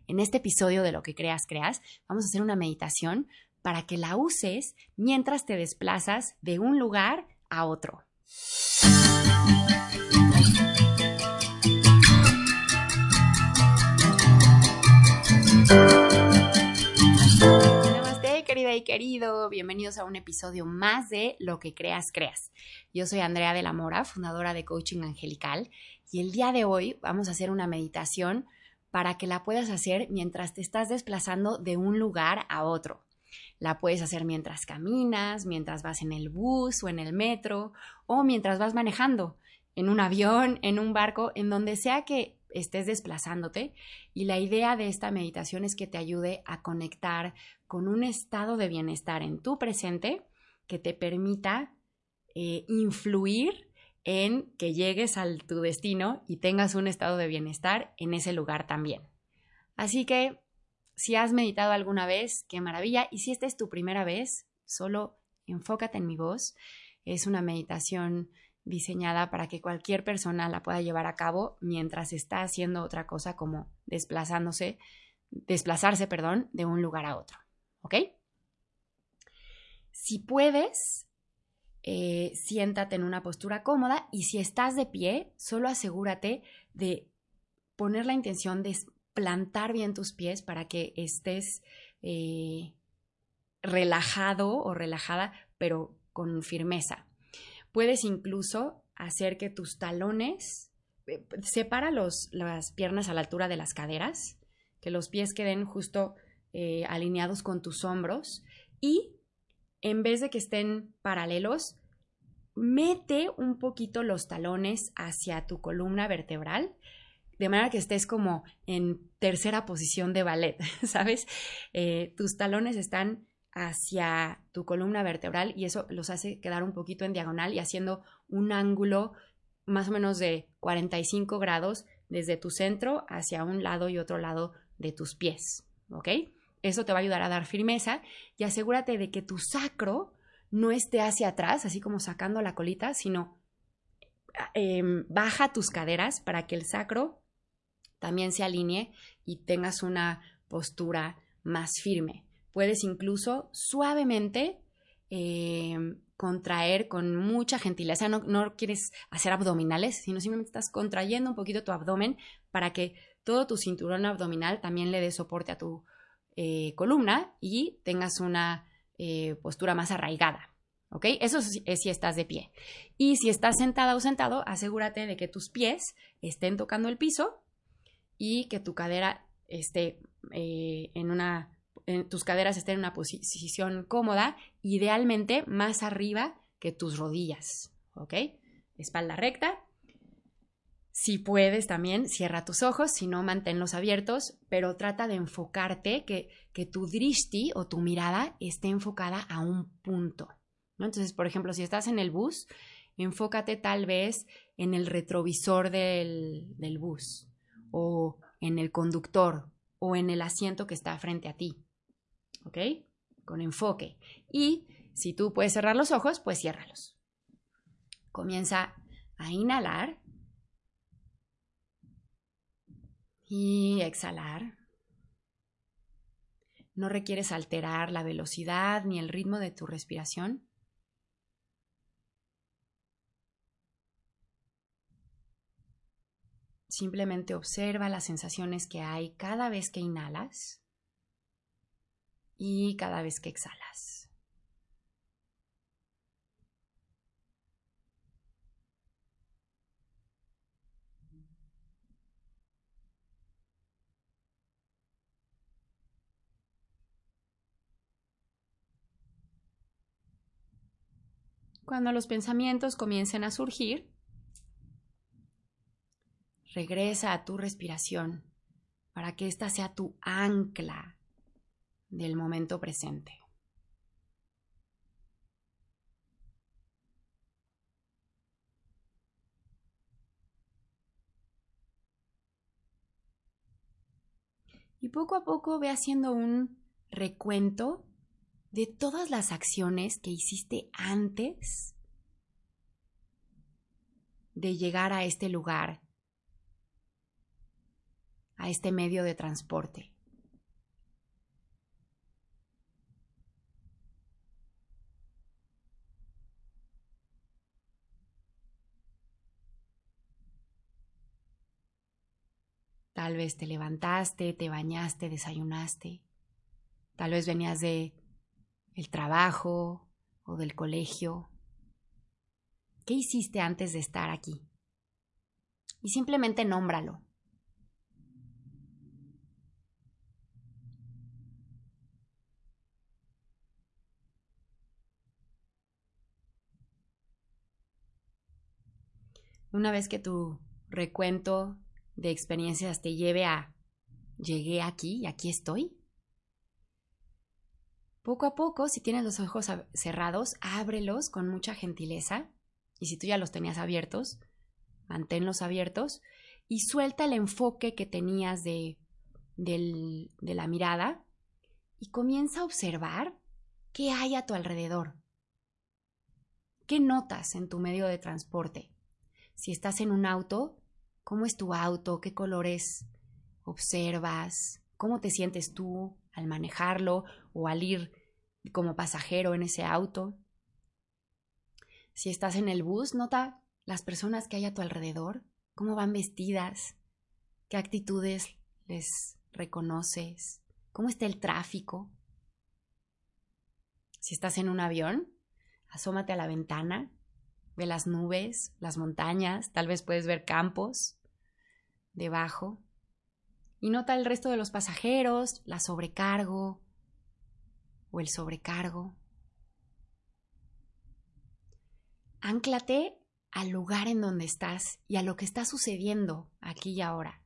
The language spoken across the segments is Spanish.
En este episodio de Lo que creas, creas, vamos a hacer una meditación para que la uses mientras te desplazas de un lugar a otro. Namaste, querida y querido. Bienvenidos a un episodio más de Lo que creas, creas. Yo soy Andrea de la Mora, fundadora de Coaching Angelical, y el día de hoy vamos a hacer una meditación para que la puedas hacer mientras te estás desplazando de un lugar a otro. La puedes hacer mientras caminas, mientras vas en el bus o en el metro, o mientras vas manejando, en un avión, en un barco, en donde sea que estés desplazándote. Y la idea de esta meditación es que te ayude a conectar con un estado de bienestar en tu presente que te permita influir en que llegues a tu destino y tengas un estado de bienestar en ese lugar también. Así que si has meditado alguna vez, qué maravilla. Y si esta es tu primera vez, solo enfócate en mi voz. Es una meditación diseñada para que cualquier persona la pueda llevar a cabo mientras está haciendo otra cosa como desplazarse, de un lugar a otro. ¿Ok? Si puedes, siéntate en una postura cómoda, y si estás de pie, solo asegúrate de poner la intención de plantar bien tus pies para que estés relajado o relajada, pero con firmeza. Puedes incluso hacer que tus talones, separa las piernas a la altura de las caderas, que los pies queden justo alineados con tus hombros, y en vez de que estén paralelos, mete un poquito los talones hacia tu columna vertebral, de manera que estés como en tercera posición de ballet, ¿sabes? Tus talones están hacia tu columna vertebral y eso los hace quedar un poquito en diagonal y haciendo un ángulo más o menos de 45 grados desde tu centro hacia un lado y otro lado de tus pies, ¿ok? Eso te va a ayudar a dar firmeza, y asegúrate de que tu sacro no esté hacia atrás, así como sacando la colita, sino baja tus caderas para que el sacro también se alinee y tengas una postura más firme. Puedes incluso suavemente contraer con mucha gentileza. No quieres hacer abdominales, sino simplemente estás contrayendo un poquito tu abdomen para que todo tu cinturón abdominal también le dé soporte a tu columna y tengas una postura más arraigada. ¿Ok? Eso es si estás de pie. Y si estás sentada o sentado, asegúrate de que tus pies estén tocando el piso y que tu cadera esté tus caderas estén en una posición cómoda, idealmente más arriba que tus rodillas. ¿Ok? Espalda recta. Si puedes también, cierra tus ojos, si no, manténlos abiertos, pero trata de enfocarte, que tu drishti o tu mirada esté enfocada a un punto, ¿no? Entonces, por ejemplo, si estás en el bus, enfócate tal vez en el retrovisor del bus, o en el conductor, o en el asiento que está frente a ti, ¿ok? Con enfoque. Y si tú puedes cerrar los ojos, pues ciérralos. Comienza a inhalar y exhalar. No requieres alterar la velocidad ni el ritmo de tu respiración. Simplemente observa las sensaciones que hay cada vez que inhalas y cada vez que exhalas. Cuando los pensamientos comiencen a surgir, regresa a tu respiración para que esta sea tu ancla del momento presente. Y poco a poco ve haciendo un recuento de todas las acciones que hiciste antes de llegar a este lugar, a este medio de transporte. Tal vez te levantaste, te bañaste, desayunaste. Tal vez venías de el trabajo o del colegio. ¿Qué hiciste antes de estar aquí? Y simplemente nómbralo. Una vez que tu recuento de experiencias te lleve a llegué aquí y aquí estoy, poco a poco, si tienes los ojos cerrados, ábrelos con mucha gentileza. Y si tú ya los tenías abiertos, manténlos abiertos y suelta el enfoque que tenías de la mirada y comienza a observar qué hay a tu alrededor. ¿Qué notas en tu medio de transporte? Si estás en un auto, ¿cómo es tu auto? ¿Qué colores observas? ¿Cómo te sientes tú al manejarlo o al ir como pasajero en ese auto? Si estás en el bus, nota las personas que hay a tu alrededor, cómo van vestidas, qué actitudes les reconoces, cómo está el tráfico. Si estás en un avión, asómate a la ventana, ve las nubes, las montañas, tal vez puedes ver campos debajo. Y nota el resto de los pasajeros, la sobrecargo o el sobrecargo. Ánclate al lugar en donde estás y a lo que está sucediendo aquí y ahora.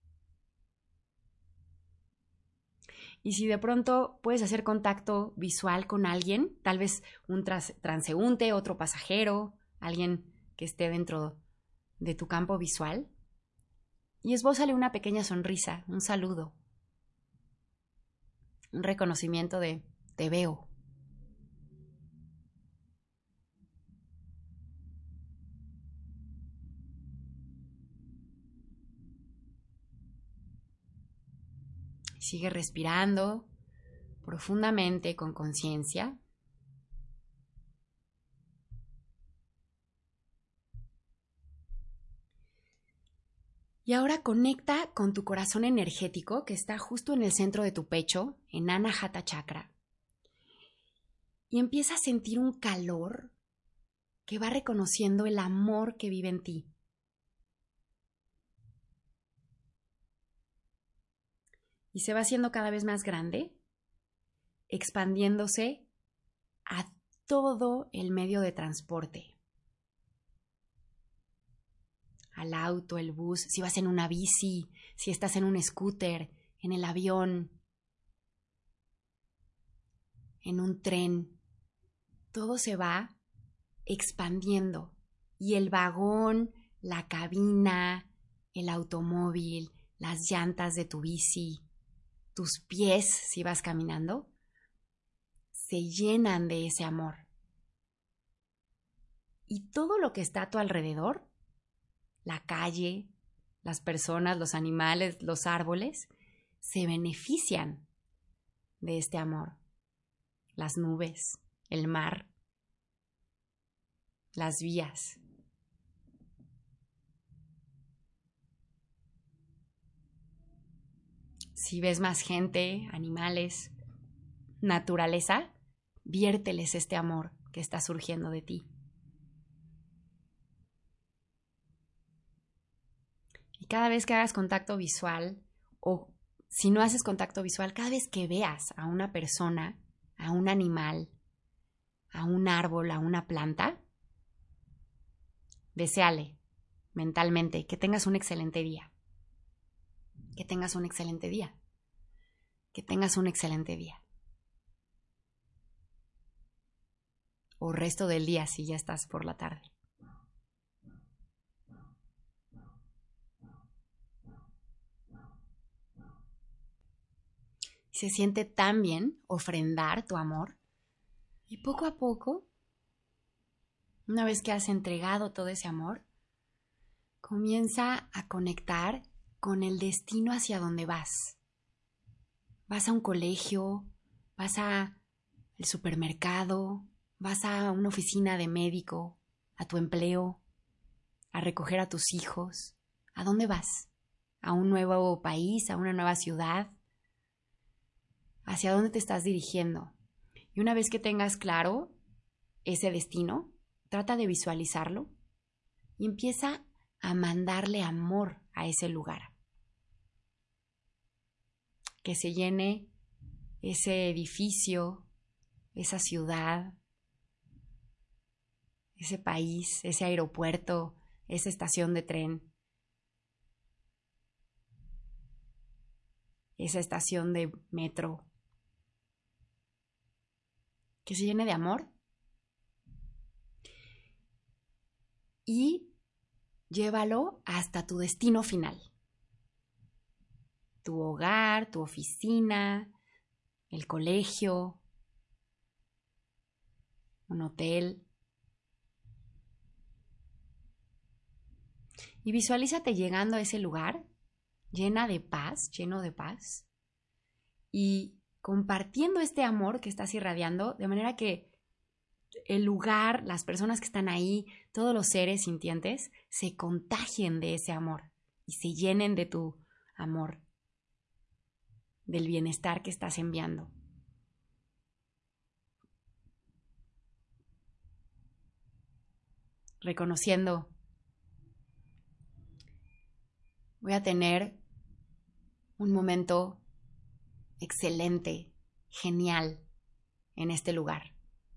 Y si de pronto puedes hacer contacto visual con alguien, tal vez un transeúnte, otro pasajero, alguien que esté dentro de tu campo visual, y esbózale una pequeña sonrisa, un saludo, un reconocimiento de te veo. Sigue respirando profundamente con conciencia. Y ahora conecta con tu corazón energético que está justo en el centro de tu pecho, en Anahata Chakra. Y empieza a sentir un calor que va reconociendo el amor que vive en ti. Y se va haciendo cada vez más grande, expandiéndose a todo el medio de transporte. Al auto, el bus, si vas en una bici, si estás en un scooter, en el avión, en un tren, todo se va expandiendo y el vagón, la cabina, el automóvil, las llantas de tu bici, tus pies si vas caminando, se llenan de ese amor. Y todo lo que está a tu alrededor, la calle, las personas, los animales, los árboles, se benefician de este amor. Las nubes, el mar, las vías. Si ves más gente, animales, naturaleza, viérteles este amor que está surgiendo de ti. Y cada vez que hagas contacto visual, o si no haces contacto visual, cada vez que veas a una persona, a un animal, a un árbol, a una planta, deséale mentalmente que tengas un excelente día. Que tengas un excelente día. Que tengas un excelente día. O resto del día si ya estás por la tarde. Se siente tan bien ofrendar tu amor. Y poco a poco, una vez que has entregado todo ese amor, comienza a conectar con el destino hacia donde vas. Vas a un colegio, vas al supermercado, vas a una oficina de médico, a tu empleo, a recoger a tus hijos. ¿A dónde vas? a un nuevo país, a una nueva ciudad. ¿Hacia dónde te estás dirigiendo? Y una vez que tengas claro ese destino, trata de visualizarlo y empieza a mandarle amor a ese lugar. Que se llene ese edificio, esa ciudad, ese país, ese aeropuerto, esa estación de tren, esa estación de metro. Que se llene de amor y llévalo hasta tu destino final. Tu hogar, tu oficina, el colegio, un hotel. Y visualízate llegando a ese lugar lleno de paz, y compartiendo este amor que estás irradiando, de manera que el lugar, las personas que están ahí, todos los seres sintientes, se contagien de ese amor y se llenen de tu amor, del bienestar que estás enviando. Reconociendo, voy a tener un momento excelente, genial en este lugar.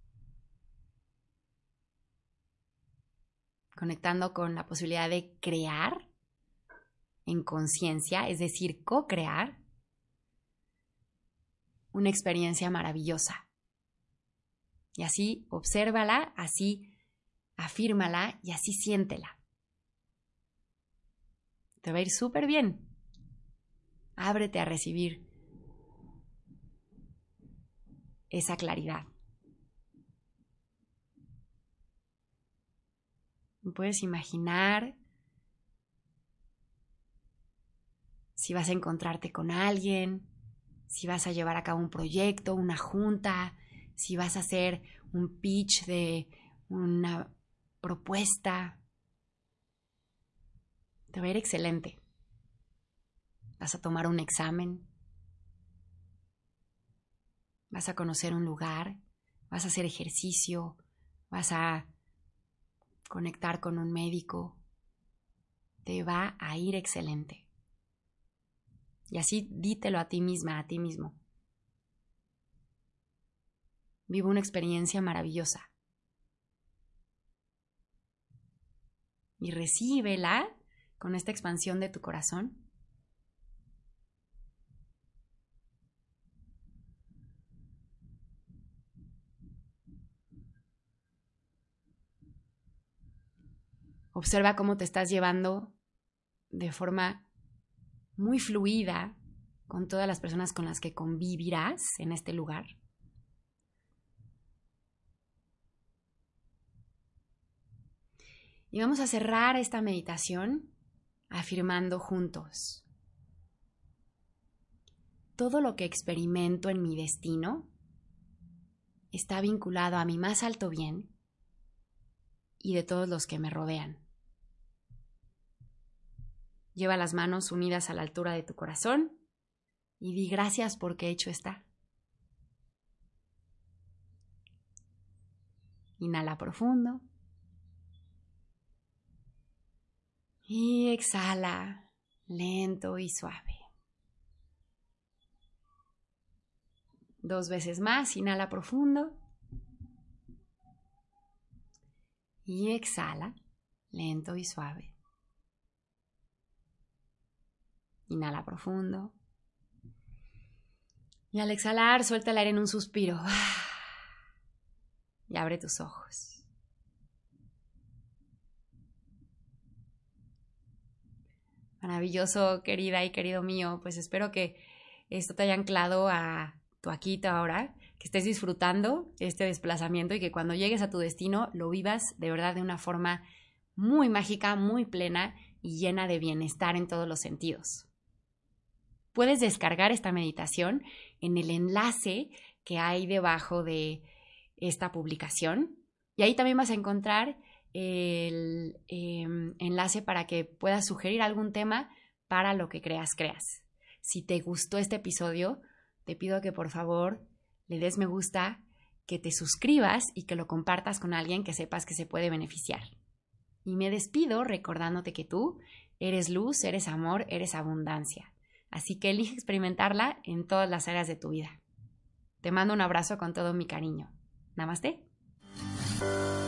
Conectando con la posibilidad de crear en conciencia, es decir, co-crear una experiencia maravillosa. Y así obsérvala, así afírmala y así siéntela. Te va a ir súper bien. Ábrete a recibir esa claridad. Puedes imaginar si vas a encontrarte con alguien, si vas a llevar a cabo un proyecto, una junta, si vas a hacer un pitch de una propuesta. Te va a ir excelente. Vas a tomar un examen, vas a conocer un lugar, vas a hacer ejercicio, vas a conectar con un médico. Te va a ir excelente. Y así dítelo a ti misma, a ti mismo. Vive una experiencia maravillosa. Y recíbela con esta expansión de tu corazón. Observa cómo te estás llevando de forma muy fluida con todas las personas con las que convivirás en este lugar. Y vamos a cerrar esta meditación afirmando juntos: todo lo que experimento en mi destino está vinculado a mi más alto bien y de todos los que me rodean. Lleva las manos unidas a la altura de tu corazón y di gracias porque hecho está. Inhala profundo. Y exhala, lento y suave. 2 veces más, inhala profundo. Y exhala, lento y suave. Inhala profundo. Y al exhalar, suelta el aire en un suspiro. Y abre tus ojos. Maravilloso, querida y querido mío. Pues espero que esto te haya anclado a tu aquí y tu ahora, que estés disfrutando este desplazamiento y que cuando llegues a tu destino lo vivas de verdad de una forma muy mágica, muy plena y llena de bienestar en todos los sentidos. Puedes descargar esta meditación en el enlace que hay debajo de esta publicación y ahí también vas a encontrar el enlace para que puedas sugerir algún tema para lo que creas, creas. Si te gustó este episodio, te pido que por favor le des me gusta, que te suscribas y que lo compartas con alguien que sepas que se puede beneficiar. Y me despido recordándote que tú eres luz, eres amor, eres abundancia. Así que elige experimentarla en todas las áreas de tu vida. Te mando un abrazo con todo mi cariño. Namaste.